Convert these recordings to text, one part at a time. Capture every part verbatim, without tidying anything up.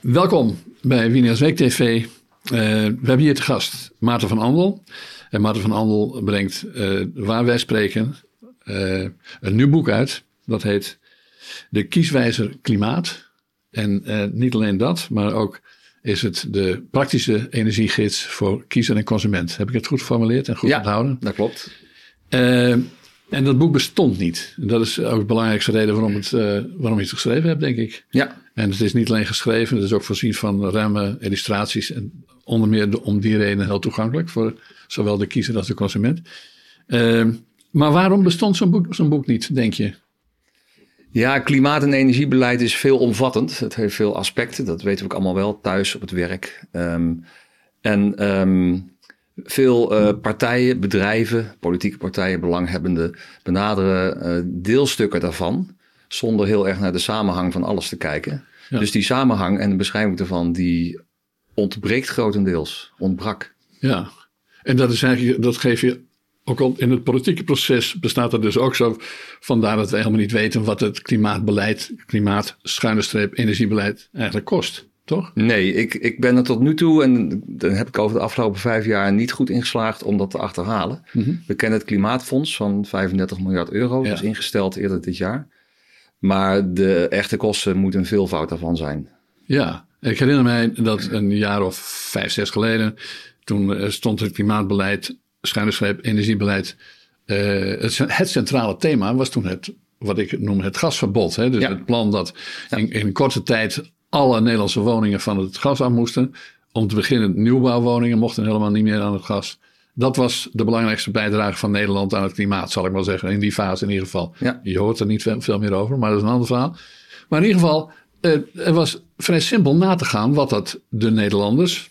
Welkom bij Wijnands Week T V. Uh, we hebben hier te gast Maarten van Andel. En Maarten van Andel brengt, uh, waar wij spreken, uh, een nieuw boek uit. Dat heet De Kieswijzer Klimaat. En uh, niet alleen dat, maar ook is het de praktische energiegids voor kiezer en consument. Heb ik het goed geformuleerd en goed ja, onthouden? Dat klopt. Uh, en dat boek bestond niet. Dat is ook de belangrijkste reden waarom, het, uh, waarom je het geschreven hebt, denk ik. Ja. En het is niet alleen geschreven, het is ook voorzien van ruime illustraties. En onder meer om die reden heel toegankelijk voor zowel de kiezer als de consument. Uh, maar waarom bestond zo'n boek, zo'n boek niet, denk je? Ja, klimaat- en energiebeleid is veelomvattend. Het heeft veel aspecten, dat weten we ook allemaal wel thuis op het werk. Um, en um, veel uh, partijen, bedrijven, politieke partijen, belanghebbenden benaderen uh, deelstukken daarvan, zonder heel erg naar de samenhang van alles te kijken. Ja. Dus die samenhang en de beschrijving daarvan, die ontbreekt grotendeels, ontbrak. Ja, en dat is eigenlijk, dat geef je ook al in het politieke proces bestaat er dus ook zo. Vandaar dat we helemaal niet weten wat het klimaatbeleid, klimaat, schuine streep, energiebeleid eigenlijk kost, toch? Nee, ik, ik ben er tot nu toe, en dan heb ik over de afgelopen vijf jaar niet goed ingeslaagd om dat te achterhalen. Mm-hmm. We kennen het Klimaatfonds van vijfendertig miljard euro, ja. Dat is ingesteld eerder dit jaar. Maar de echte kosten moeten een veelvoud daarvan zijn. Ja, ik herinner mij dat een jaar of vijf, zes geleden, toen stond het klimaatbeleid, schuine streep, energiebeleid. Uh, het, het centrale thema was toen het, wat ik noem het gasverbod. Hè? Dus ja. Het plan dat ja. in, in korte tijd alle Nederlandse woningen van het gas af moesten. Om te beginnen, nieuwbouwwoningen mochten helemaal niet meer aan het gas. Dat was de belangrijkste bijdrage van Nederland aan het klimaat, zal ik maar zeggen. In die fase in ieder geval. Ja. Je hoort er niet veel, veel meer over, maar dat is een ander verhaal. Maar in ieder geval, uh, het was vrij simpel na te gaan wat dat de Nederlanders,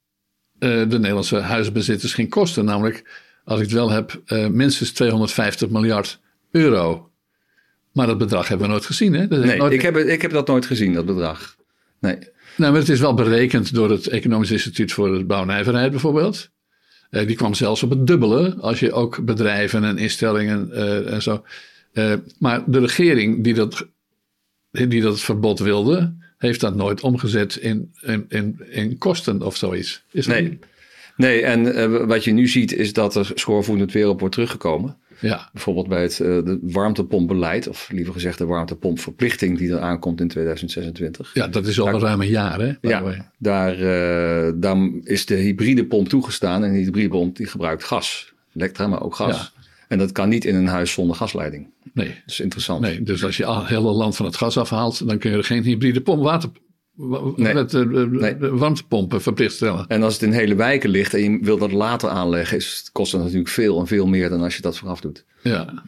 uh, de Nederlandse huizenbezitters ging kosten. Namelijk, als ik het wel heb, uh, minstens tweehonderdvijftig miljard euro. Maar dat bedrag hebben we nooit gezien, hè? Dat nee, nooit... ik, heb, ik heb dat nooit gezien, dat bedrag. Nee. Nou, maar het is wel berekend door het Economisch Instituut voor de Bouw en Nijverheid bijvoorbeeld. Uh, die kwam zelfs op het dubbele als je ook bedrijven en instellingen uh, en zo. Uh, maar de regering die dat, die dat verbod wilde, heeft dat nooit omgezet in, in, in, in kosten of zoiets. Is dat nee. niet? Nee, en uh, wat je nu ziet is dat er schoorvoetend weer op wordt teruggekomen. Ja. Bijvoorbeeld bij het uh, de warmtepompbeleid, of liever gezegd de warmtepompverplichting die er aankomt in tweeduizend zesentwintig. Ja, dat is al daar, ruim een jaar, hè? Ja, daar, uh, daar is de hybride pomp toegestaan en die hybride pomp die gebruikt gas. Elektra, maar ook gas. Ja. En dat kan niet in een huis zonder gasleiding. Nee. Dat is interessant. Nee, dus als je al het hele land van het gas afhaalt, dan kun je er geen hybride pomp water... Nee. Met uh, nee. warmtepompen verplicht stellen. En als het in hele wijken ligt en je wil dat later aanleggen, is, kost het natuurlijk veel en veel meer dan als je dat vooraf doet. Ja.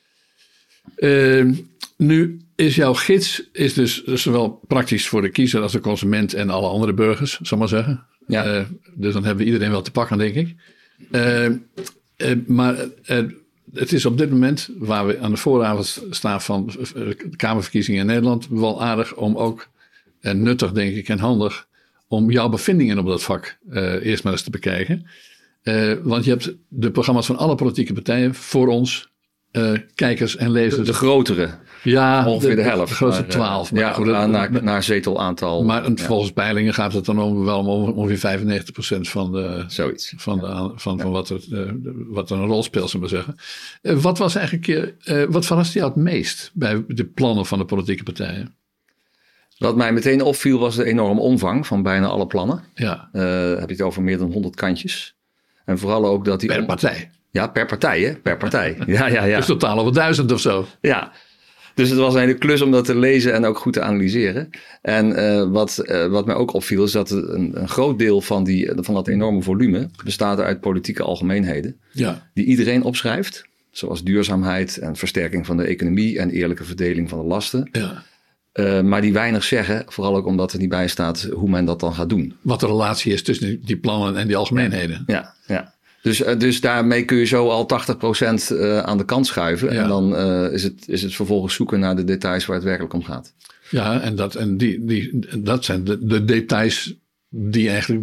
Uh, nu is jouw gids is dus zowel praktisch voor de kiezer als de consument en alle andere burgers, zal ik maar zeggen. Ja. Uh, dus dan hebben we iedereen wel te pakken, denk ik. Uh, uh, maar uh, het is op dit moment, waar we aan de vooravond staan van de Kamerverkiezingen in Nederland, wel aardig om ook, en nuttig denk ik en handig, om jouw bevindingen op dat vak uh, eerst maar eens te bekijken. Uh, want je hebt de programma's van alle politieke partijen voor ons, uh, kijkers en lezers. De, de grotere. Ja, ongeveer de, de helft. De grootste maar, twaalf. Maar ja, goed, naar, naar, naar zetelaantal. Maar ja. volgens peilingen gaat het dan om wel om ongeveer vijfennegentig procent van, de, Zoiets. van, de, van, van ja. wat, er, uh, wat er een rol speelt, zullen we zeggen. Uh, wat was eigenlijk, uh, wat verraste jou het meest bij de plannen van de politieke partijen? Wat mij meteen opviel was de enorme omvang van bijna alle plannen. Ja. Uh, heb je het over meer dan honderd kantjes. En vooral ook dat die... Per partij? Ja, per partij, hè? Per partij. Ja, ja, ja. Dus totaal over duizend of zo. Ja. Dus het was een hele klus om dat te lezen en ook goed te analyseren. En uh, wat, uh, wat mij ook opviel is dat een, een groot deel van, die, van dat enorme volume bestaat uit politieke algemeenheden. Ja. Die iedereen opschrijft. Zoals duurzaamheid en versterking van de economie en eerlijke verdeling van de lasten. Ja. Uh, maar die weinig zeggen, vooral ook omdat er niet bij staat hoe men dat dan gaat doen. Wat de relatie is tussen die plannen en die algemeenheden. Ja, ja. Dus, uh, dus daarmee kun je zo al tachtig procent uh, aan de kant schuiven. Ja. En dan uh, is, het, is het vervolgens zoeken naar de details waar het werkelijk om gaat. Ja, en dat, en die, die, dat zijn de, de details die eigenlijk de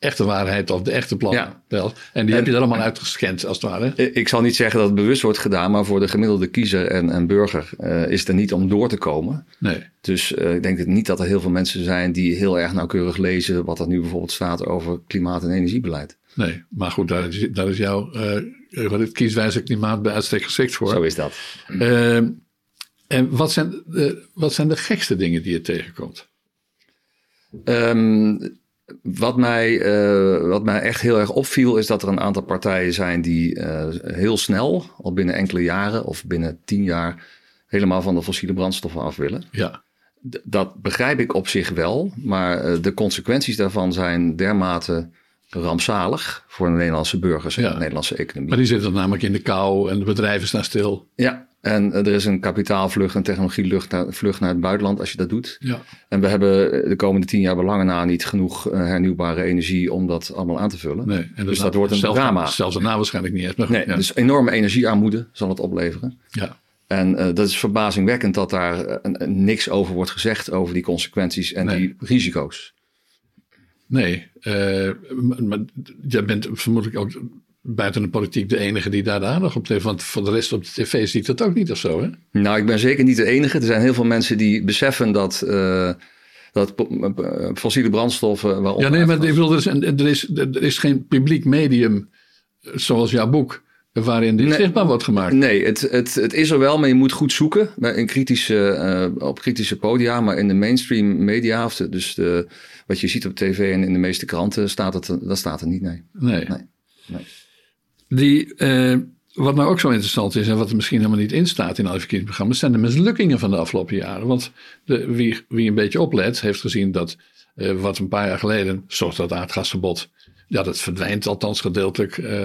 echte waarheid of de echte plannen. Ja. En die en, heb je er allemaal uitgescand als het ware. Ik zal niet zeggen dat het bewust wordt gedaan, maar voor de gemiddelde kiezer en, en burger uh, is het er niet om door te komen. Nee. Dus uh, ik denk niet dat er heel veel mensen zijn die heel erg nauwkeurig lezen wat er nu bijvoorbeeld staat over klimaat- en energiebeleid. Nee, maar goed, daar is, daar is jouw uh, het kieswijze klimaat bij uitstek geschikt voor. Zo is dat. Uh, en wat zijn, de, wat zijn de gekste dingen die je tegenkomt? Um, wat, mij, uh, wat mij echt heel erg opviel is dat er een aantal partijen zijn die uh, heel snel, al binnen enkele jaren of binnen tien jaar, helemaal van de fossiele brandstoffen af willen. Ja. D- dat begrijp ik op zich wel, maar uh, de consequenties daarvan zijn dermate rampzalig voor de Nederlandse burgers en ja. de Nederlandse economie. Maar die zitten namelijk in de kou en de bedrijven staan stil. Ja, en er is een kapitaalvlucht, een technologievlucht naar, vlucht naar het buitenland als je dat doet. Ja. En we hebben de komende tien jaar belangen na niet genoeg uh, hernieuwbare energie om dat allemaal aan te vullen. Nee, en dus dat wordt een zelfs, drama. Zelfs daarna waarschijnlijk niet eens. Maar goed, nee, ja. Dus enorme energiearmoede zal het opleveren. Ja. En uh, dat is verbazingwekkend dat daar uh, uh, niks over wordt gezegd over die consequenties en nee. die risico's. Nee, uh, maar jij bent vermoedelijk ook buiten de politiek de enige die daar de aandacht op heeft. Want voor de rest op de tv zie ik dat ook niet of zo, hè? Nou, ik ben zeker niet de enige. Er zijn heel veel mensen die beseffen dat, uh, dat fossiele brandstoffen... Ja, nee, maar ik bedoel, er is, er, is, er is geen publiek medium zoals jouw boek waarin dit nee, zichtbaar wordt gemaakt. Nee, het, het, het is er wel, maar je moet goed zoeken in kritische, uh, op kritische podia. Maar in de mainstream media, of de, dus de, wat je ziet op tv en in de meeste kranten, staat het, dat staat er niet, nee. Nee. nee. nee. Die, uh, wat nou ook zo interessant is en wat er misschien helemaal niet in staat in alle verkiezingsprogramma's, zijn de mislukkingen van de afgelopen jaren. Want de, wie, wie een beetje oplet, heeft gezien dat uh, wat een paar jaar geleden, zoals dat aardgasverbod, ja, dat verdwijnt althans gedeeltelijk uh,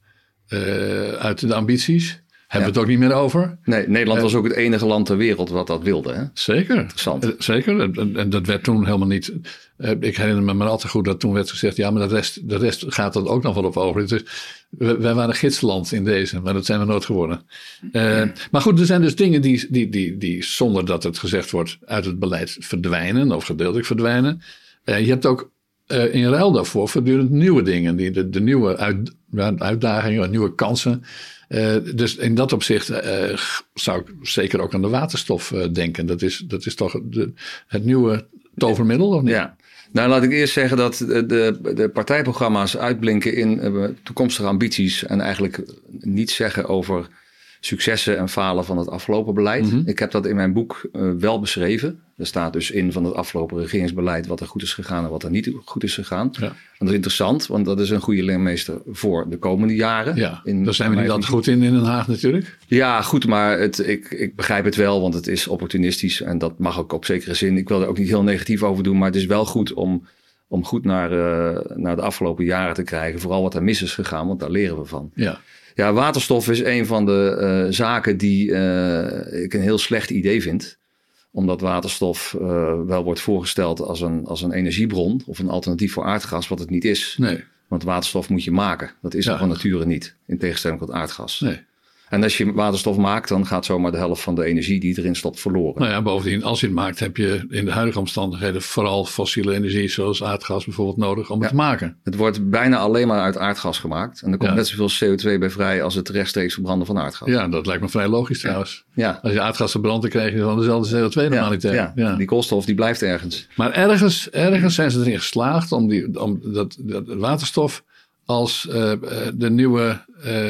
uh, uit de ambities. Hebben we ja. het ook niet meer over. Nee, Nederland uh, was ook het enige land ter wereld wat dat wilde. Hè? Zeker. Interessant. Uh, zeker. En, en dat werd toen helemaal niet... Uh, ik herinner me maar al te goed dat toen werd gezegd... ja, maar de rest, de rest gaat er ook nog wel op over. Dus wij waren gidsland in deze, maar dat zijn we nooit geworden. Uh, maar goed, er zijn dus dingen die, die, die, die zonder dat het gezegd wordt... uit het beleid verdwijnen of gedeeltelijk verdwijnen. Uh, je hebt ook uh, in ruil daarvoor voortdurend nieuwe dingen. Die, de, de nieuwe uit, uitdagingen, nieuwe kansen... Uh, dus in dat opzicht uh, zou ik zeker ook aan de waterstof uh, denken. Dat is, dat is toch de, het nieuwe tovermiddel, of niet? Ja. Nou, laat ik eerst zeggen dat de, de, de partijprogramma's uitblinken in uh, toekomstige ambities. En eigenlijk niets zeggen over successen en falen van het afgelopen beleid. Mm-hmm. Ik heb dat in mijn boek uh, wel beschreven. Er staat dus in van het afgelopen regeringsbeleid wat er goed is gegaan en wat er niet goed is gegaan. Ja. En dat is interessant, want dat is een goede leermeester voor de komende jaren. Ja, in, daar zijn we niet altijd goed in in Den Haag natuurlijk. Ja, goed, maar het, ik, ik begrijp het wel, want het is opportunistisch en dat mag ook op zekere zin. Ik wil er ook niet heel negatief over doen, maar het is wel goed om, om goed naar, uh, naar de afgelopen jaren te krijgen. Vooral wat er mis is gegaan, want daar leren we van. Ja. Ja, waterstof is een van de uh, zaken die uh, ik een heel slecht idee vind. Omdat waterstof uh, wel wordt voorgesteld als een, als een energiebron of een alternatief voor aardgas, wat het niet is. Nee. Want waterstof moet je maken. Dat is ja. er van nature niet, in tegenstelling tot aardgas. Nee. En als je waterstof maakt, dan gaat zomaar de helft van de energie die erin stopt verloren. Nou ja, bovendien, als je het maakt, heb je in de huidige omstandigheden vooral fossiele energie, zoals aardgas bijvoorbeeld, nodig om ja. het te maken. Het wordt bijna alleen maar uit aardgas gemaakt. En er komt ja. net zoveel C O twee bij vrij als het rechtstreeks verbranden van aardgas. Ja, dat lijkt me vrij logisch trouwens. Ja. Als je aardgas verbrandt, dan krijg je van dezelfde C O twee normaliteit. Ja, ja. ja, die koolstof die blijft ergens. Maar ergens, ergens zijn ze erin geslaagd om, die, om dat, dat waterstof als uh, de nieuwe,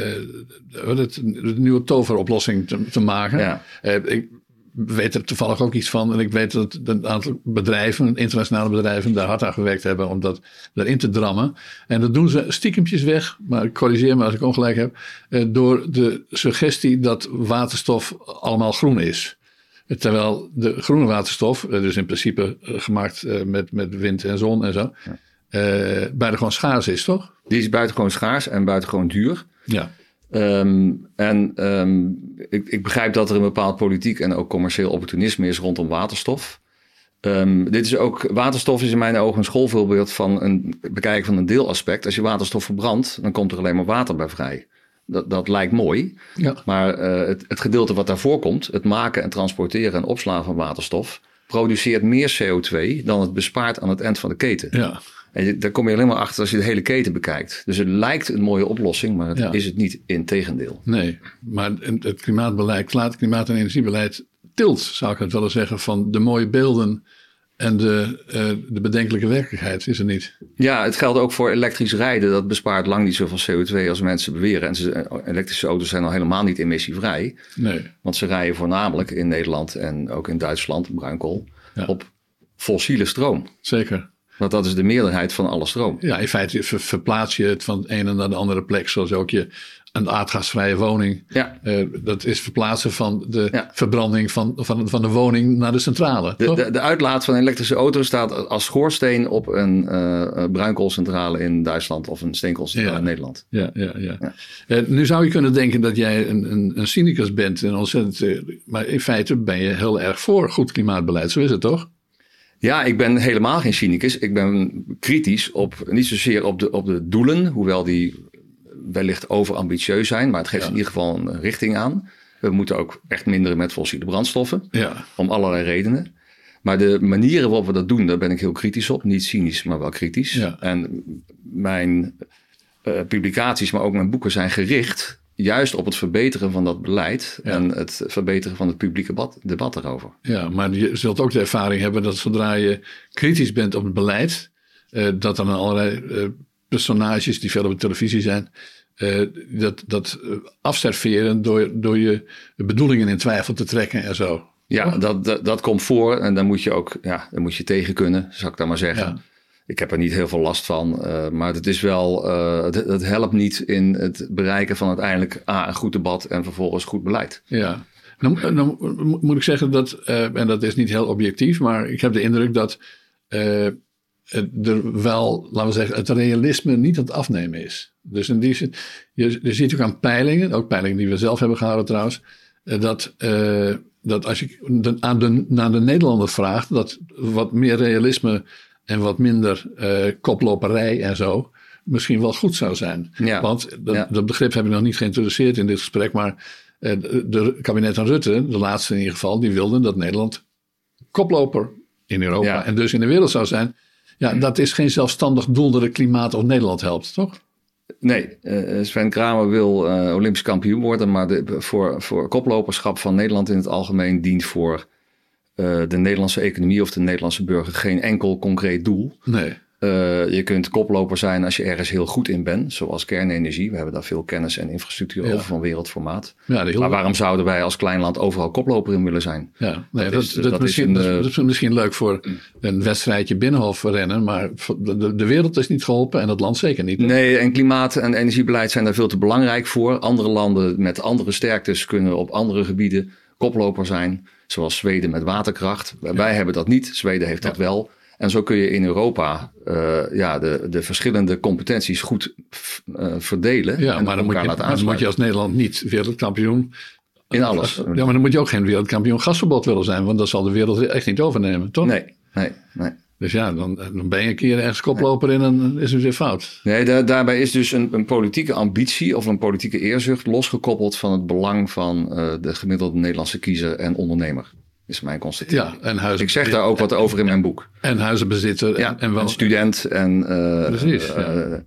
uh, het, de nieuwe toveroplossing te, te maken. Ja. Uh, ik weet er toevallig ook iets van. En ik weet dat een aantal bedrijven, internationale bedrijven, daar hard aan gewerkt hebben om dat erin te drammen. En dat doen ze stiekempjes weg, maar ik corrigeer me als ik ongelijk heb, uh, door de suggestie dat waterstof allemaal groen is. Terwijl de groene waterstof, dus in principe uh, gemaakt uh, met, met wind en zon en zo, ja. uh, buitengewoon schaars is, toch? Die is buitengewoon schaars en buitengewoon duur. Ja. Um, en um, ik, ik begrijp dat er een bepaald politiek en ook commercieel opportunisme is rondom waterstof. Um, dit is ook, waterstof is in mijn ogen een schoolvoorbeeld van een bekijken van een deelaspect. Als je waterstof verbrandt, dan komt er alleen maar water bij vrij. Dat, dat lijkt mooi, ja. maar uh, het, het gedeelte wat daarvoor komt, het maken en transporteren en opslaan van waterstof, produceert meer C O twee dan het bespaart aan het eind van de keten. Ja. En je, daar kom je alleen maar achter als je de hele keten bekijkt. Dus het lijkt een mooie oplossing, maar het Ja. is het niet, integendeel. Nee, maar het klimaatbeleid, klimaat- en energiebeleid tilt, zou ik het willen zeggen, van de mooie beelden en de, uh, de bedenkelijke werkelijkheid, is het niet? Ja, het geldt ook voor elektrisch rijden. Dat bespaart lang niet zoveel C O twee als mensen beweren. En ze, elektrische auto's zijn al helemaal niet emissievrij. Nee. Want ze rijden voornamelijk in Nederland en ook in Duitsland, bruinkool, ja. op fossiele stroom. Zeker. Want dat is de meerderheid van alle stroom. Ja, in feite ver, verplaats je het van de ene naar de andere plek. Zoals ook je een aardgasvrije woning. Ja. Uh, dat is verplaatsen van de ja. verbranding van, van, van de woning naar de centrale. De, de, de uitlaat van een elektrische auto staat als schoorsteen op een uh, bruinkoolcentrale in Duitsland of een steenkoolcentrale ja. in Nederland. Ja, ja, ja. ja. Uh, nu zou je kunnen denken dat jij een, een, een cynicus bent. En ontzettend, uh, maar in feite ben je heel erg voor goed klimaatbeleid. Zo is het toch? Ja, ik ben helemaal geen cynicus. Ik ben kritisch op, niet zozeer op de, op de doelen, hoewel die wellicht overambitieus zijn, maar het geeft ja. in ieder geval een richting aan. We moeten ook echt minderen met fossiele brandstoffen, ja. om allerlei redenen. Maar de manieren waarop we dat doen, daar ben ik heel kritisch op. Niet cynisch, maar wel kritisch. Ja. En mijn uh, publicaties, maar ook mijn boeken zijn gericht juist op het verbeteren van dat beleid ja. en het verbeteren van het publieke debat, debat erover. Ja, maar je zult ook de ervaring hebben dat zodra je kritisch bent op het beleid, uh, dat dan allerlei uh, personages die veel op de televisie zijn, uh, dat, dat uh, afserveren door, door je bedoelingen in twijfel te trekken en zo. Ja, dat, dat, dat komt voor en dan moet je ook ja, dan moet je tegen kunnen, zou ik dan maar zeggen. Ja. Ik heb er niet heel veel last van, uh, maar het is wel, uh, het, het helpt niet in het bereiken van uiteindelijk A, een goed debat en vervolgens goed beleid. Ja, dan, dan moet ik zeggen dat, uh, en dat is niet heel objectief, maar ik heb de indruk dat uh, er wel, laten we zeggen, het realisme niet aan het afnemen is. Dus in die zin, je, je ziet ook aan peilingen, ook peilingen die we zelf hebben gehouden trouwens, uh, dat, uh, dat als je de, aan de, naar de Nederlander vraagt, dat wat meer realisme en wat minder uh, koploperij en zo misschien wel goed zou zijn. Ja. Want dat, ja. dat begrip heb ik nog niet geïntroduceerd in dit gesprek, maar uh, de, de kabinet van Rutte, de laatste in ieder geval, die wilden dat Nederland koploper in Europa ja. en dus in de wereld zou zijn. Ja, dat is geen zelfstandig doel dat het klimaat of Nederland helpt, toch? Nee, uh, Sven Kramer wil uh, Olympisch kampioen worden, maar de, voor, voor koploperschap van Nederland in het algemeen dient voor uh, de Nederlandse economie of de Nederlandse burger geen enkel concreet doel. Nee. Uh, je kunt koploper zijn als je ergens heel goed in bent, zoals kernenergie. We hebben daar veel kennis en infrastructuur ja. over van wereldformaat. Ja, heel maar waarom zouden wij als klein land overal koploper in willen zijn? Ja, nee, dat, dat, is, dat, dat, misschien, is een, dat is misschien leuk voor een wedstrijdje binnenhof rennen, maar de, de wereld is niet geholpen en het land zeker niet. Nee, en klimaat- en energiebeleid zijn daar veel te belangrijk voor. Andere landen met andere sterktes kunnen op andere gebieden koploper zijn, zoals Zweden met waterkracht. Ja. Wij hebben dat niet, Zweden heeft ja. dat wel. En zo kun je in Europa uh, ja, de, de verschillende competenties goed uh, verdelen. Ja, en maar dan, moet je, dan moet je als Nederland niet wereldkampioen. In alles. Ja, maar dan moet je ook geen wereldkampioen gasverbod willen zijn. Want dat zal de wereld echt niet overnemen, toch? Nee, nee, nee. Dus ja, dan, dan ben je een keer ergens koploper nee. in en dan is het weer fout. Nee, daar, daarbij is dus een, een politieke ambitie of een politieke eerzucht losgekoppeld van het belang van uh, de gemiddelde Nederlandse kiezer en ondernemer. Is mijn constatering. Ja, en huizen, ik zeg daar ook wat over in mijn boek. En huizenbezitter. Ja, en, en wel, een student en uh, precies, uh, ja.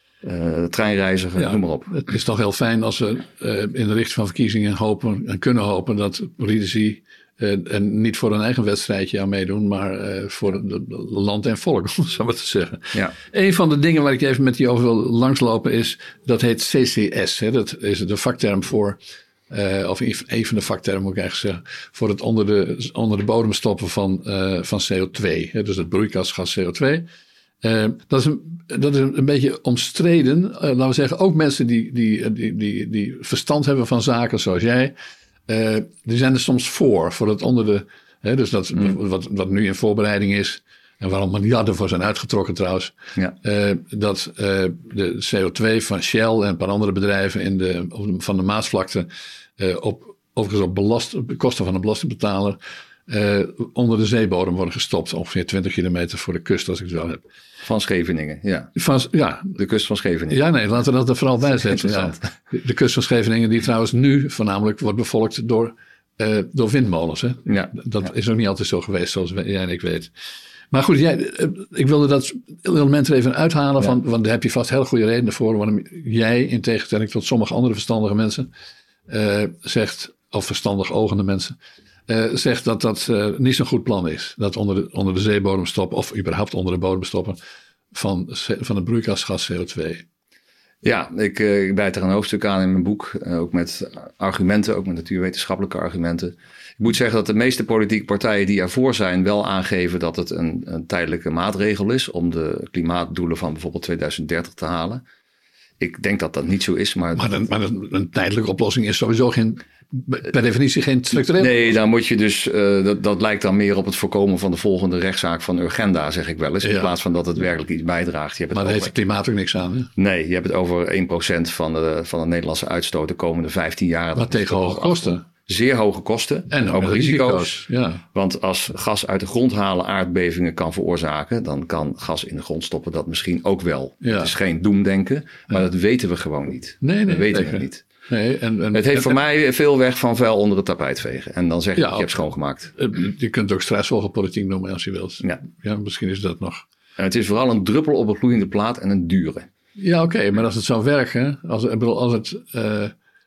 uh, treinreiziger, ja, noem maar op. Het is toch heel fijn als we uh, in de richting van verkiezingen hopen en kunnen hopen dat politici uh, en niet voor hun eigen wedstrijdje aan meedoen, maar uh, voor het land en volk, om het zo maar te zeggen. Ja. Een van de dingen waar ik even met je over wil langslopen is, dat heet C C S. Hè? Dat is de vakterm voor... Uh, of een van de vaktermen moet ik eigenlijk zeggen, voor het onder de, onder de bodem stoppen van, uh, van C O twee. Hè, dus het broeikasgas C O twee. Uh, dat is, een, dat is een, een beetje omstreden. Uh, laten we zeggen, ook mensen die, die, die, die, die verstand hebben van zaken zoals jij, uh, die zijn er soms voor. Voor het onder de, hè, dus dat, mm. wat, wat nu in voorbereiding is. En waarom miljarden voor zijn uitgetrokken trouwens. Ja. Uh, dat uh, de C O twee van Shell en een paar andere bedrijven in de, van de Maasvlakte uh, op, overigens op, belast, op kosten van de belastingbetaler uh, onder de zeebodem worden gestopt. Ongeveer twintig kilometer voor de kust als ik het wel heb. Van Scheveningen, ja. Van, ja. De kust van Scheveningen. Ja, nee, laten we dat er vooral bij zetten. Ja. De, de kust van Scheveningen die trouwens nu voornamelijk wordt bevolkt door, uh, door windmolens. Hè? Ja. Dat ja. is ook niet altijd zo geweest zoals jij en ik weten. Maar goed, jij, ik wilde dat element er even uithalen. Ja. Van, want daar heb je vast heel goede redenen voor. Waarom jij, in tegenstelling tot sommige andere verstandige mensen, uh, zegt, of verstandig ogende mensen, uh, zegt dat dat uh, niet zo'n goed plan is. Dat onder de, onder de zeebodem stoppen, of überhaupt onder de bodem stoppen van, van het broeikasgas C O twee. Ja, ik, ik bijt er een hoofdstuk aan in mijn boek. Ook met argumenten, ook met natuurwetenschappelijke argumenten. Ik moet zeggen dat de meeste politieke partijen die ervoor zijn wel aangeven dat het een, een tijdelijke maatregel is om de klimaatdoelen van bijvoorbeeld tweeduizend dertig te halen. Ik denk dat dat niet zo is. Maar, maar, een, maar een, een tijdelijke oplossing is sowieso geen, per definitie geen structureel. Nee, dan moet je dus, uh, dat, dat lijkt dan meer op het voorkomen van de volgende rechtszaak van Urgenda, zeg ik wel eens. In ja. plaats van dat het werkelijk iets bijdraagt. Je hebt maar daar over, heeft het klimaat ook niks aan. Hè? Nee, je hebt het over één procent van de, van de Nederlandse uitstoot de komende vijftien jaar. Maar tegen hoge kosten. Zeer hoge kosten en ook risico's. risico's ja. Want als gas uit de grond halen aardbevingen kan veroorzaken, dan kan gas in de grond stoppen dat misschien ook wel. Ja. Het is geen doemdenken, maar ja. dat weten we gewoon niet. Nee, nee, dat weten zeker. we niet. Nee, en, en, het heeft en, voor en, mij veel weg van vuil onder het tapijt vegen. En dan zeg je, ja, ik heb schoongemaakt. Je kunt het ook stressvogelpolitiek noemen als je wilt. Ja. ja, misschien is dat nog. En het is vooral een druppel op een gloeiende plaat en een dure. Ja, oké, okay, maar als het zou werken, als, ik bedoel, als het... Uh,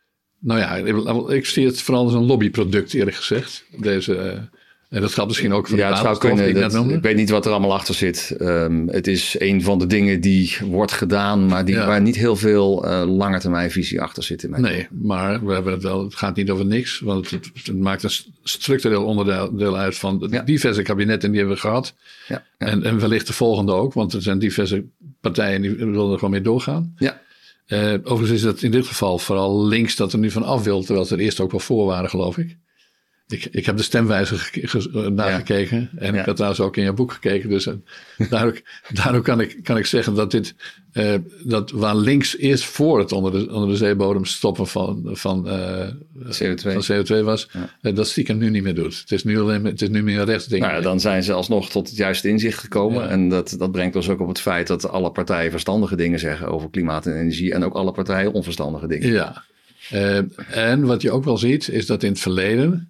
Nou ja, ik zie het vooral als een lobbyproduct eerlijk gezegd. Deze, uh, en dat geldt misschien ook voor de ja, het zou kunnen. Dat, ik weet niet wat er allemaal achter zit. Um, het is een van de dingen die wordt gedaan, maar die, ja. waar niet heel veel uh, langetermijnvisie achter zit. In mijn nee, boek. Maar we hebben het wel. Het gaat niet over niks, want het, het maakt een structureel onderdeel uit van de ja. diverse kabinetten die hebben we gehad. Ja. Ja. En, en wellicht de volgende ook, want er zijn diverse partijen die willen er gewoon mee doorgaan. Ja. Uh, overigens is het in dit geval vooral links dat er nu van af wil, terwijl ze er eerst ook wel voor waren, geloof ik. Ik, ik heb de stemwijzer ge- ge- nagekeken ja. en ja. ik had trouwens ook in je boek gekeken. Dus uh, daardoor, daardoor kan, ik, kan ik zeggen dat dit, uh, dat waar links eerst voor het onder de, onder de zeebodem stoppen van, van, uh, C O twee. van C O twee was, ja. uh, dat stiekem nu niet meer doet. Het is nu alleen het is nu meer een rechtsding. Nou ja, dan zijn ze alsnog tot het juiste inzicht gekomen. Ja. En dat, dat brengt ons ook op het feit dat alle partijen verstandige dingen zeggen over klimaat en energie. En ook alle partijen onverstandige dingen. Ja, uh, en wat je ook wel ziet is dat in het verleden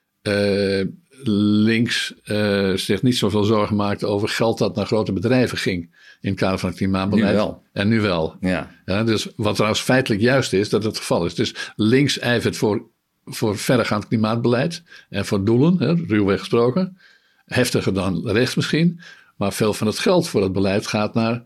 Uh, links uh, zich niet zoveel zorgen maakte over geld dat naar grote bedrijven ging in het kader van het klimaatbeleid. Nu wel. En nu wel. Ja. Ja, dus wat trouwens feitelijk juist is, dat het geval is. Dus links ijvert voor, voor verdergaand klimaatbeleid en voor doelen, hè, ruwweg gesproken. Heftiger dan rechts misschien. Maar veel van het geld voor het beleid gaat naar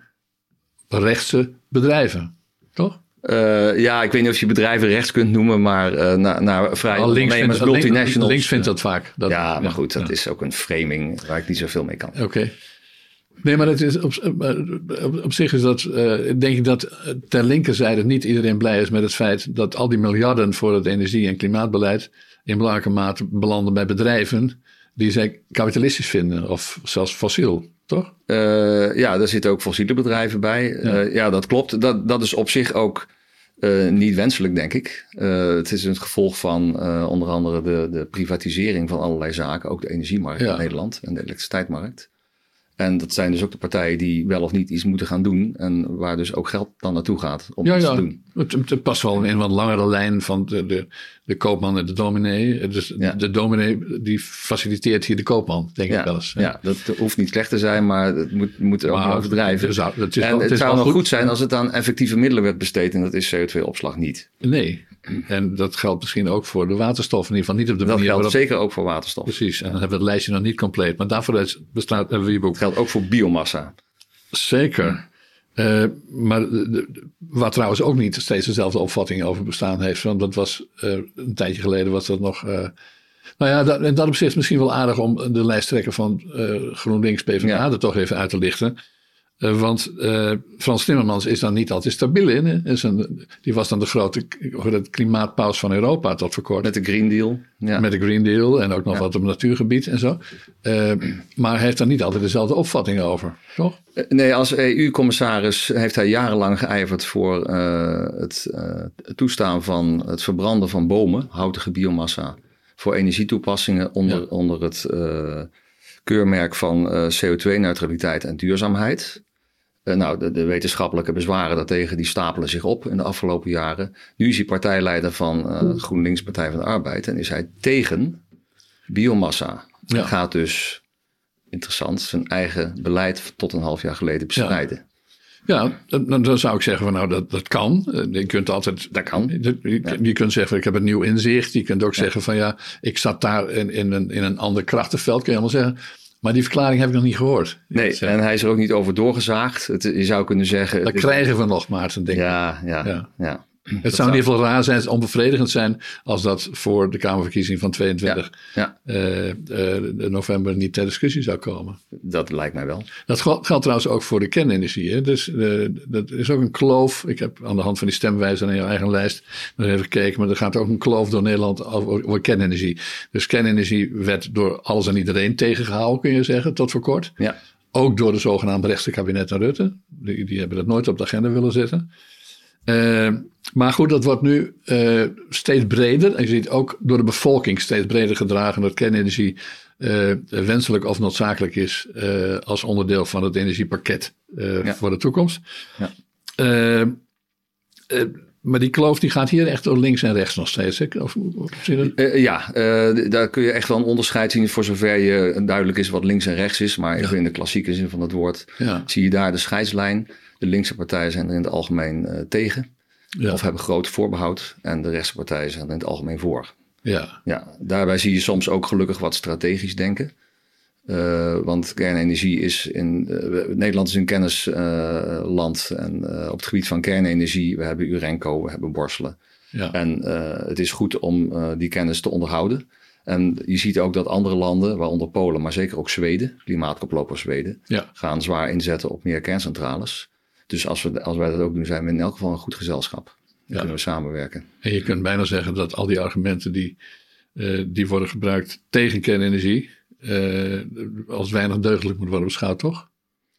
rechtse bedrijven. Toch? Uh, ja, ik weet niet of je bedrijven rechts kunt noemen, maar uh, naar, naar vrij ondernemers, multinationals. Links, links vindt dat vaak. Dat, ja, maar ja, goed, dat ja. is ook een framing waar ik niet zoveel mee kan. Oké. Okay. Nee, maar het is op, op, op zich is dat, uh, denk ik dat ter linkerzijde niet iedereen blij is met het feit dat al die miljarden voor het energie- en klimaatbeleid in belangrijke mate belanden bij bedrijven die zij kapitalistisch vinden of zelfs fossiel. Toch? Uh, ja, daar zitten ook fossiele bedrijven bij. Ja, uh, ja dat klopt. Dat, dat is op zich ook uh, niet wenselijk, denk ik. Uh, het is het gevolg van uh, onder andere de, de privatisering van allerlei zaken. Ook de energiemarkt ja. in Nederland en de elektriciteitsmarkt. En dat zijn dus ook de partijen die wel of niet iets moeten gaan doen. En waar dus ook geld dan naartoe gaat om ja, iets ja. te doen. Het, het past wel in een wat langere lijn van de, de, de koopman en de dominee. Dus ja. de dominee die faciliteert hier de koopman, denk ja, ik wel eens. Ja, dat hoeft niet slecht te zijn, maar het moet, moet ook maar, overdrijven. Het, het, is en wel, het, het zou nog goed, goed zijn als het aan effectieve middelen werd besteed. En dat is C O twee opslag niet. Nee. En dat geldt misschien ook voor de waterstof. In ieder geval niet op de dat manier geldt waarop... zeker ook voor waterstof. Precies. En dan hebben we het lijstje nog niet compleet. Maar daarvoor bestaat, hebben we je boek. Het geldt ook voor biomassa. Zeker. Uh, maar de, de, waar trouwens ook niet steeds dezelfde opvatting over bestaan heeft. Want dat was uh, een tijdje geleden was dat nog... Uh, nou ja, dat, en dat op zich is misschien wel aardig om de lijsttrekker van uh, GroenLinks P v d A ja. er toch even uit te lichten. Uh, want uh, Frans Timmermans is dan niet altijd stabiel in. Hè? Is een, die was dan de grote klimaatpaus van Europa tot voor kort. Met de Green Deal. Ja. Met de Green Deal en ook nog ja. wat op natuurgebied en zo. Uh, maar hij heeft daar niet altijd dezelfde opvatting over, toch? Uh, nee, als E U-commissaris heeft hij jarenlang geijverd voor uh, het uh, toestaan van het verbranden van bomen, houtige biomassa, voor energietoepassingen onder, ja. onder het uh, keurmerk van uh, C O twee neutraliteit en duurzaamheid. Uh, nou, de, de wetenschappelijke bezwaren daartegen die stapelen zich op in de afgelopen jaren. Nu is hij partijleider van uh, GroenLinks Partij van de Arbeid en is hij tegen biomassa. Ja. Hij gaat dus interessant, zijn eigen beleid tot een half jaar geleden bestrijden. Ja, ja dan, dan zou ik zeggen van nou dat, dat kan. Je kunt altijd, dat kan. Je, je, ja. je kunt zeggen ik heb een nieuw inzicht. Je kunt ook ja. zeggen van ja, ik zat daar in, in, een, in een ander krachtenveld, kun je allemaal zeggen. Maar die verklaring heb ik nog niet gehoord. Nee, en hij is er ook niet over doorgezaagd. Het, je zou kunnen zeggen... Dat krijgen we nog, Maarten, denk ik. Ja, ja, ja. ja. Het dat zou in ieder geval raar zijn, onbevredigend zijn... als dat voor de Kamerverkiezing van tweeëntwintig ja, ja. Uh, uh, november niet ter discussie zou komen. Dat lijkt mij wel. Dat geldt trouwens ook voor de kernenergie. Hè? Dus uh, dat is ook een kloof. Ik heb aan de hand van die stemwijzer naar jouw eigen lijst nog even gekeken... maar er gaat ook een kloof door Nederland over, over kernenergie. Dus kernenergie werd door alles en iedereen tegengehouden, kun je zeggen, tot voor kort. Ja. Ook door de zogenaamde rechtse kabinetten Rutte. Die, die hebben dat nooit op de agenda willen zetten. Uh, maar goed, dat wordt nu uh, steeds breder. En je ziet ook door de bevolking steeds breder gedragen dat kernenergie uh, wenselijk of noodzakelijk is uh, als onderdeel van het energiepakket uh, ja. voor de toekomst. Ja. Uh, uh, maar die kloof die gaat hier echt door links en rechts nog steeds. Hè? Of, of zie je uh, ja, uh, daar kun je echt wel een onderscheid zien voor zover je duidelijk is wat links en rechts is. Maar ja. in de klassieke zin van het woord ja. zie je daar de scheidslijn. De linkse partijen zijn er in het algemeen uh, tegen. Ja. Of hebben groot voorbehoud. En de rechtse partijen zijn er in het algemeen voor. Ja. Ja, daarbij zie je soms ook gelukkig wat strategisch denken. Uh, want kernenergie is in... Uh, Nederland is een kennisland. Uh, en uh, op het gebied van kernenergie... We hebben Urenco, we hebben Borselen. Ja. En uh, het is goed om uh, die kennis te onderhouden. En je ziet ook dat andere landen, waaronder Polen... maar zeker ook Zweden, klimaatkoploper Zweden... Ja. gaan zwaar inzetten op meer kerncentrales... Dus als, we, als wij dat ook doen, zijn we in elk geval een goed gezelschap. Dan ja. kunnen we samenwerken. En je kunt bijna zeggen dat al die argumenten die, uh, die worden gebruikt tegen kernenergie... Uh, als weinig deugdelijk moeten worden beschouwd, toch?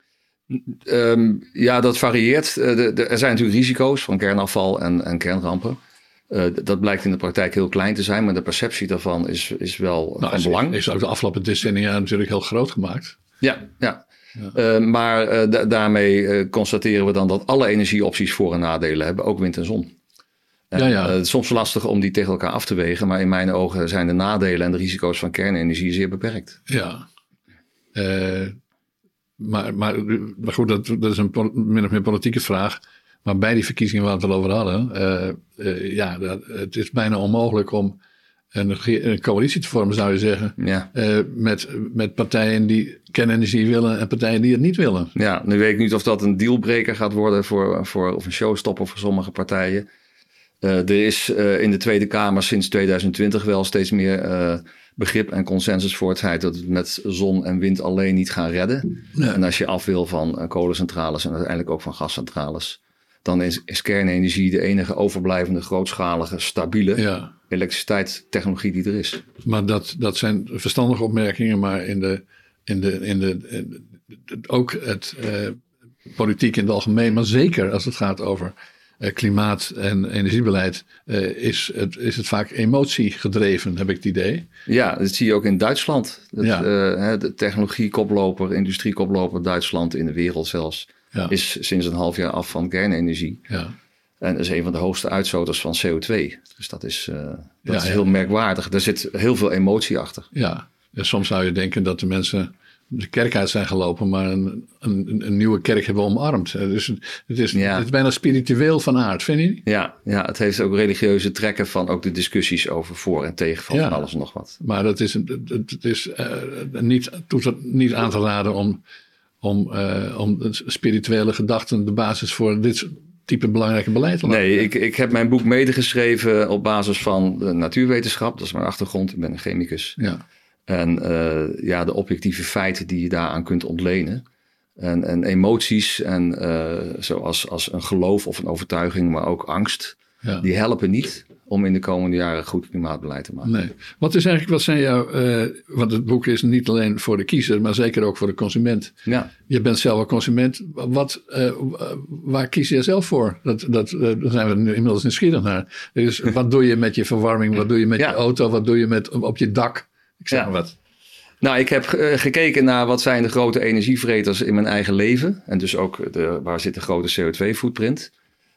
Um, ja, dat varieert. Uh, de, de, er zijn natuurlijk risico's van kernafval en, en kernrampen. Uh, dat blijkt in de praktijk heel klein te zijn, maar de perceptie daarvan is, is wel nou, van is, belang. Is ook de afgelopen decennia natuurlijk heel groot gemaakt. Ja, ja. Ja. Uh, maar uh, da- daarmee uh, constateren we dan dat alle energieopties voor- en nadelen hebben, ook wind en zon. En, ja, ja. Uh, het is soms lastig om die tegen elkaar af te wegen, maar in mijn ogen zijn de nadelen en de risico's van kernenergie zeer beperkt. Ja, uh, maar, maar, maar goed, dat, dat is een pol- min of meer politieke vraag. Maar bij die verkiezingen waar we het al over hadden, uh, uh, ja, dat, het is bijna onmogelijk om een, een coalitie te vormen, zou je zeggen. Ja. Uh, met, met partijen die kernenergie willen en partijen die het niet willen. Ja, nu weet ik niet of dat een dealbreaker gaat worden voor, voor, of een showstopper voor sommige partijen. Uh, er is uh, in de Tweede Kamer sinds tweeduizend twintig wel steeds meer uh, begrip en consensus voor het feit dat we het met zon en wind alleen niet gaan redden. Ja. En als je af wil van uh, kolencentrales en uiteindelijk ook van gascentrales, dan is, is kernenergie de enige overblijvende grootschalige, stabiele ja. elektriciteitstechnologie die er is. Maar dat, dat zijn verstandige opmerkingen, maar in de, in de, in de, in de ook het uh, politiek in het algemeen, maar zeker als het gaat over uh, klimaat en energiebeleid, uh, is, het, is het vaak emotiegedreven, heb ik het idee. Ja, dat zie je ook in Duitsland. Dat, ja. uh, de technologiekoploper, industriekoploper Duitsland in de wereld zelfs. Ja. Is sinds een half jaar af van kernenergie. Ja. En is een van de hoogste uitstoters van C O twee. Dus dat is, uh, dat ja, is heel ja. merkwaardig. Er zit heel veel emotie achter. Ja, en soms zou je denken dat de mensen de kerk uit zijn gelopen, maar een, een, een nieuwe kerk hebben omarmd. Dus het is, ja. het is bijna spiritueel van aard, vind je niet? Ja, ja, het heeft ook religieuze trekken van ook de discussies over voor en tegen van, ja. van alles en nog wat. Maar dat is, het is uh, niet, niet aan te raden om... Om, uh, om spirituele gedachten de basis voor dit type belangrijke beleid te laten. Nee, ik, ik heb mijn boek medegeschreven op basis van de natuurwetenschap. Dat is mijn achtergrond. Ik ben een chemicus. Ja. En uh, ja, de objectieve feiten die je daaraan kunt ontlenen. En, en emoties en uh, zoals als een geloof of een overtuiging, maar ook angst. Ja. Die helpen niet om in de komende jaren goed klimaatbeleid te maken. Nee. Wat is eigenlijk, wat zijn jouw, uh, want het boek is niet alleen voor de kiezer, maar zeker ook voor de consument. Ja. Je bent zelf een consument. Wat, uh, waar kies je zelf voor? Dat, dat, uh, daar zijn we nu inmiddels nieuwsgierig naar. Dus wat doe je met je verwarming? Wat doe je met ja. je auto? Wat doe je met, op je dak? Ik zeg ja. maar wat. Nou, ik heb uh, gekeken naar wat zijn de grote energievreters in mijn eigen leven. En dus ook de, waar zit de grote C O twee footprint.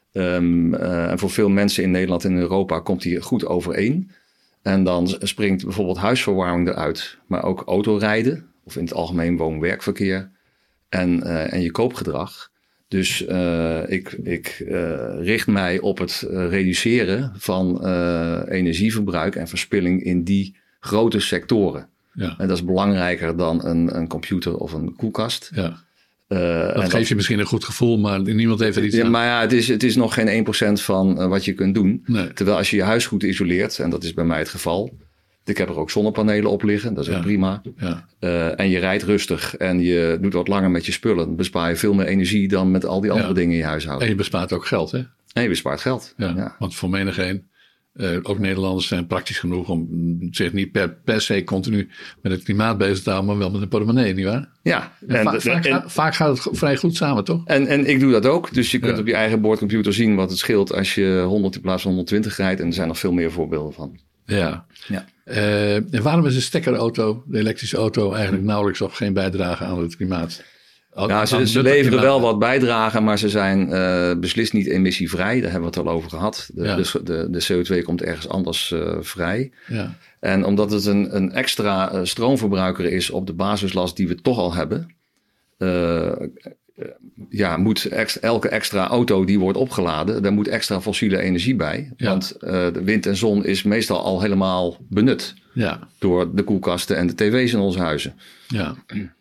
Um, uh, en voor veel mensen in Nederland en in Europa komt die goed overeen. En dan springt bijvoorbeeld huisverwarming eruit. Maar ook autorijden of in het algemeen woon-werkverkeer en, uh, en je koopgedrag. Dus uh, ik, ik uh, richt mij op het uh, reduceren van uh, energieverbruik en verspilling in die grote sectoren. Ja. En dat is belangrijker dan een, een computer of een koelkast. Ja. Uh, dat geeft dat, je misschien een goed gevoel, maar niemand heeft er iets ja, aan. Maar ja, het is, het is nog geen één procent van uh, wat je kunt doen. Nee. Terwijl als je je huis goed isoleert, en dat is bij mij het geval. Ik heb er ook zonnepanelen op liggen, dat is ook ja. prima. Ja. Uh, en je rijdt rustig en je doet wat langer met je spullen. Dan bespaar je veel meer energie dan met al die andere ja. dingen in je huishouden. En je bespaart ook geld, hè? En je bespaart geld. Ja, ja. Want voor menigeen, uh, ook Nederlanders zijn praktisch genoeg om zich niet per, per se continu met het klimaat bezig te houden, maar wel met een portemonnee, nietwaar? Ja. En en, va- en, vaak, en, vaak gaat het vrij goed samen, toch? En, en ik doe dat ook. Dus je kunt ja. op je eigen boordcomputer zien wat het scheelt als je honderd in plaats van honderdtwintig rijdt. En er zijn nog veel meer voorbeelden van. Ja. ja. Uh, en waarom is de stekkerauto, de elektrische auto, eigenlijk nauwelijks of geen bijdrage aan het klimaat? Ja, ze, ze leveren wel wat bijdrage, maar ze zijn uh, beslist niet emissievrij. Daar hebben we het al over gehad. De, ja. de, de, de C O twee komt ergens anders uh, vrij. Ja. En omdat het een, een extra uh, stroomverbruiker is op de basislast die we toch al hebben, Uh, ja, moet ex, elke extra auto die wordt opgeladen, daar moet extra fossiele energie bij. Ja. Want uh, de wind en zon is meestal al helemaal benut ja. door de koelkasten en de tv's in onze huizen. Ja.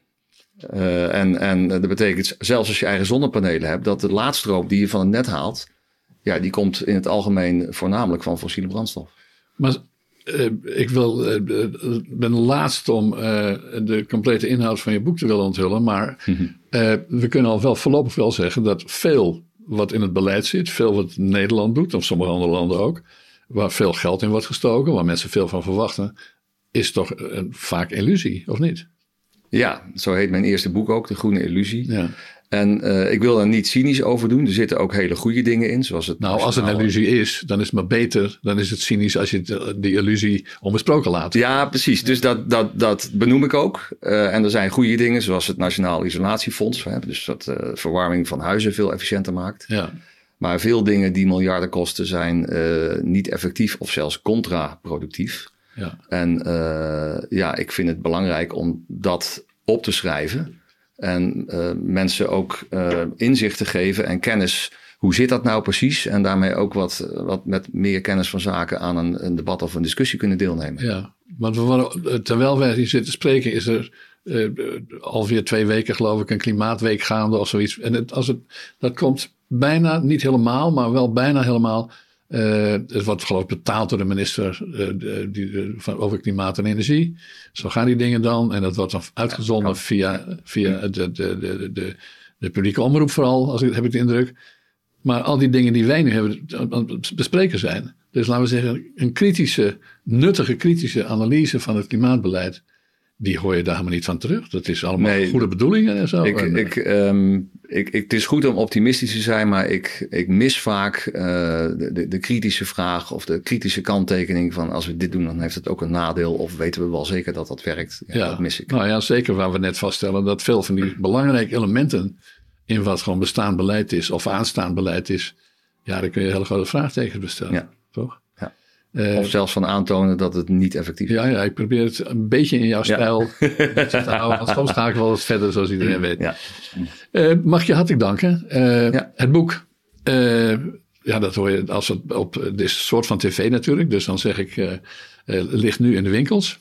Uh, en, en dat betekent, zelfs als je eigen zonnepanelen hebt, dat de laadstroom die je van het net haalt, ja, die komt in het algemeen voornamelijk van fossiele brandstof. Maar uh, ik wil, uh, ben laatst om uh, de complete inhoud van je boek te willen onthullen, maar mm-hmm. uh, we kunnen al wel voorlopig wel zeggen dat veel wat in het beleid zit, veel wat Nederland doet, of sommige andere landen ook, waar veel geld in wordt gestoken, waar mensen veel van verwachten, is toch uh, vaak illusie, of niet? Ja, zo heet mijn eerste boek ook, De Groene Illusie. Ja. En uh, ik wil er niet cynisch over doen. Er zitten ook hele goede dingen in. Zoals het nou, als het een illusie is, dan is het maar beter. Dan is het cynisch als je die illusie onbesproken laat. Ja, precies. Dus dat, dat, dat benoem ik ook. Uh, en er zijn goede dingen, zoals het Nationaal Isolatiefonds. Hè, dus dat uh, verwarming van huizen veel efficiënter maakt. Ja. Maar veel dingen die miljarden kosten zijn uh, niet effectief of zelfs contraproductief. Ja. En uh, ja, ik vind het belangrijk om dat op te schrijven. En uh, mensen ook uh, inzicht te geven en kennis. Hoe zit dat nou precies? En daarmee ook wat, wat met meer kennis van zaken aan een, een debat of een discussie kunnen deelnemen. Ja, want we worden, terwijl wij hier zitten spreken, is er uh, alweer twee weken geloof ik een klimaatweek gaande of zoiets. En het, als het, dat komt bijna, niet helemaal, maar wel bijna helemaal. Uh, het wordt geloof ik betaald door de minister uh, de, die, de, van, over klimaat en energie. Zo gaan die dingen dan. En dat wordt dan uitgezonden via, via de, de, de, de, de publieke omroep vooral, als ik, heb ik de indruk. Maar al die dingen die wij nu hebben aan het bespreken zijn. Dus laten we zeggen, een kritische, nuttige kritische analyse van het klimaatbeleid. Die hoor je daar helemaal niet van terug. Dat is allemaal nee, goede bedoelingen en zo. Ik, en, ik, um, ik, ik, het is goed om optimistisch te zijn, maar ik, ik mis vaak uh, de, de, de kritische vraag of de kritische kanttekening van als we dit doen, dan heeft het ook een nadeel. Of weten we wel zeker dat dat werkt? Ja, ja. Dat mis ik. Nou ja, zeker waar we net vaststellen dat veel van die belangrijke elementen in wat gewoon bestaand beleid is of aanstaand beleid is. Ja, daar kun je hele grote vraagtekens bestellen. Ja. Toch? Uh, of zelfs van aantonen dat het niet effectief is. Ja, ja, ik probeer het een beetje in jouw stijl ja. te houden. Want soms ga ik wel wat verder, zoals iedereen weet. Ja. Uh, mag je hartelijk danken. Uh, ja. Het boek, uh, ja, dat hoor je als het op, het is een soort van tv natuurlijk. Dus dan zeg ik, uh, uh, ligt nu in de winkels.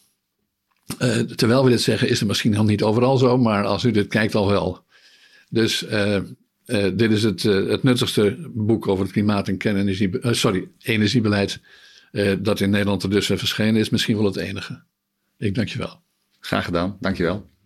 Uh, terwijl we dit zeggen, is het misschien nog niet overal zo. Maar als u dit kijkt al wel. Dus uh, uh, dit is het, uh, het nuttigste boek over het klimaat en kernenergie, uh, sorry, energiebeleid. Uh, dat in Nederland er dus verschenen is, misschien wel het enige. Ik dank je wel. Graag gedaan, dank je wel.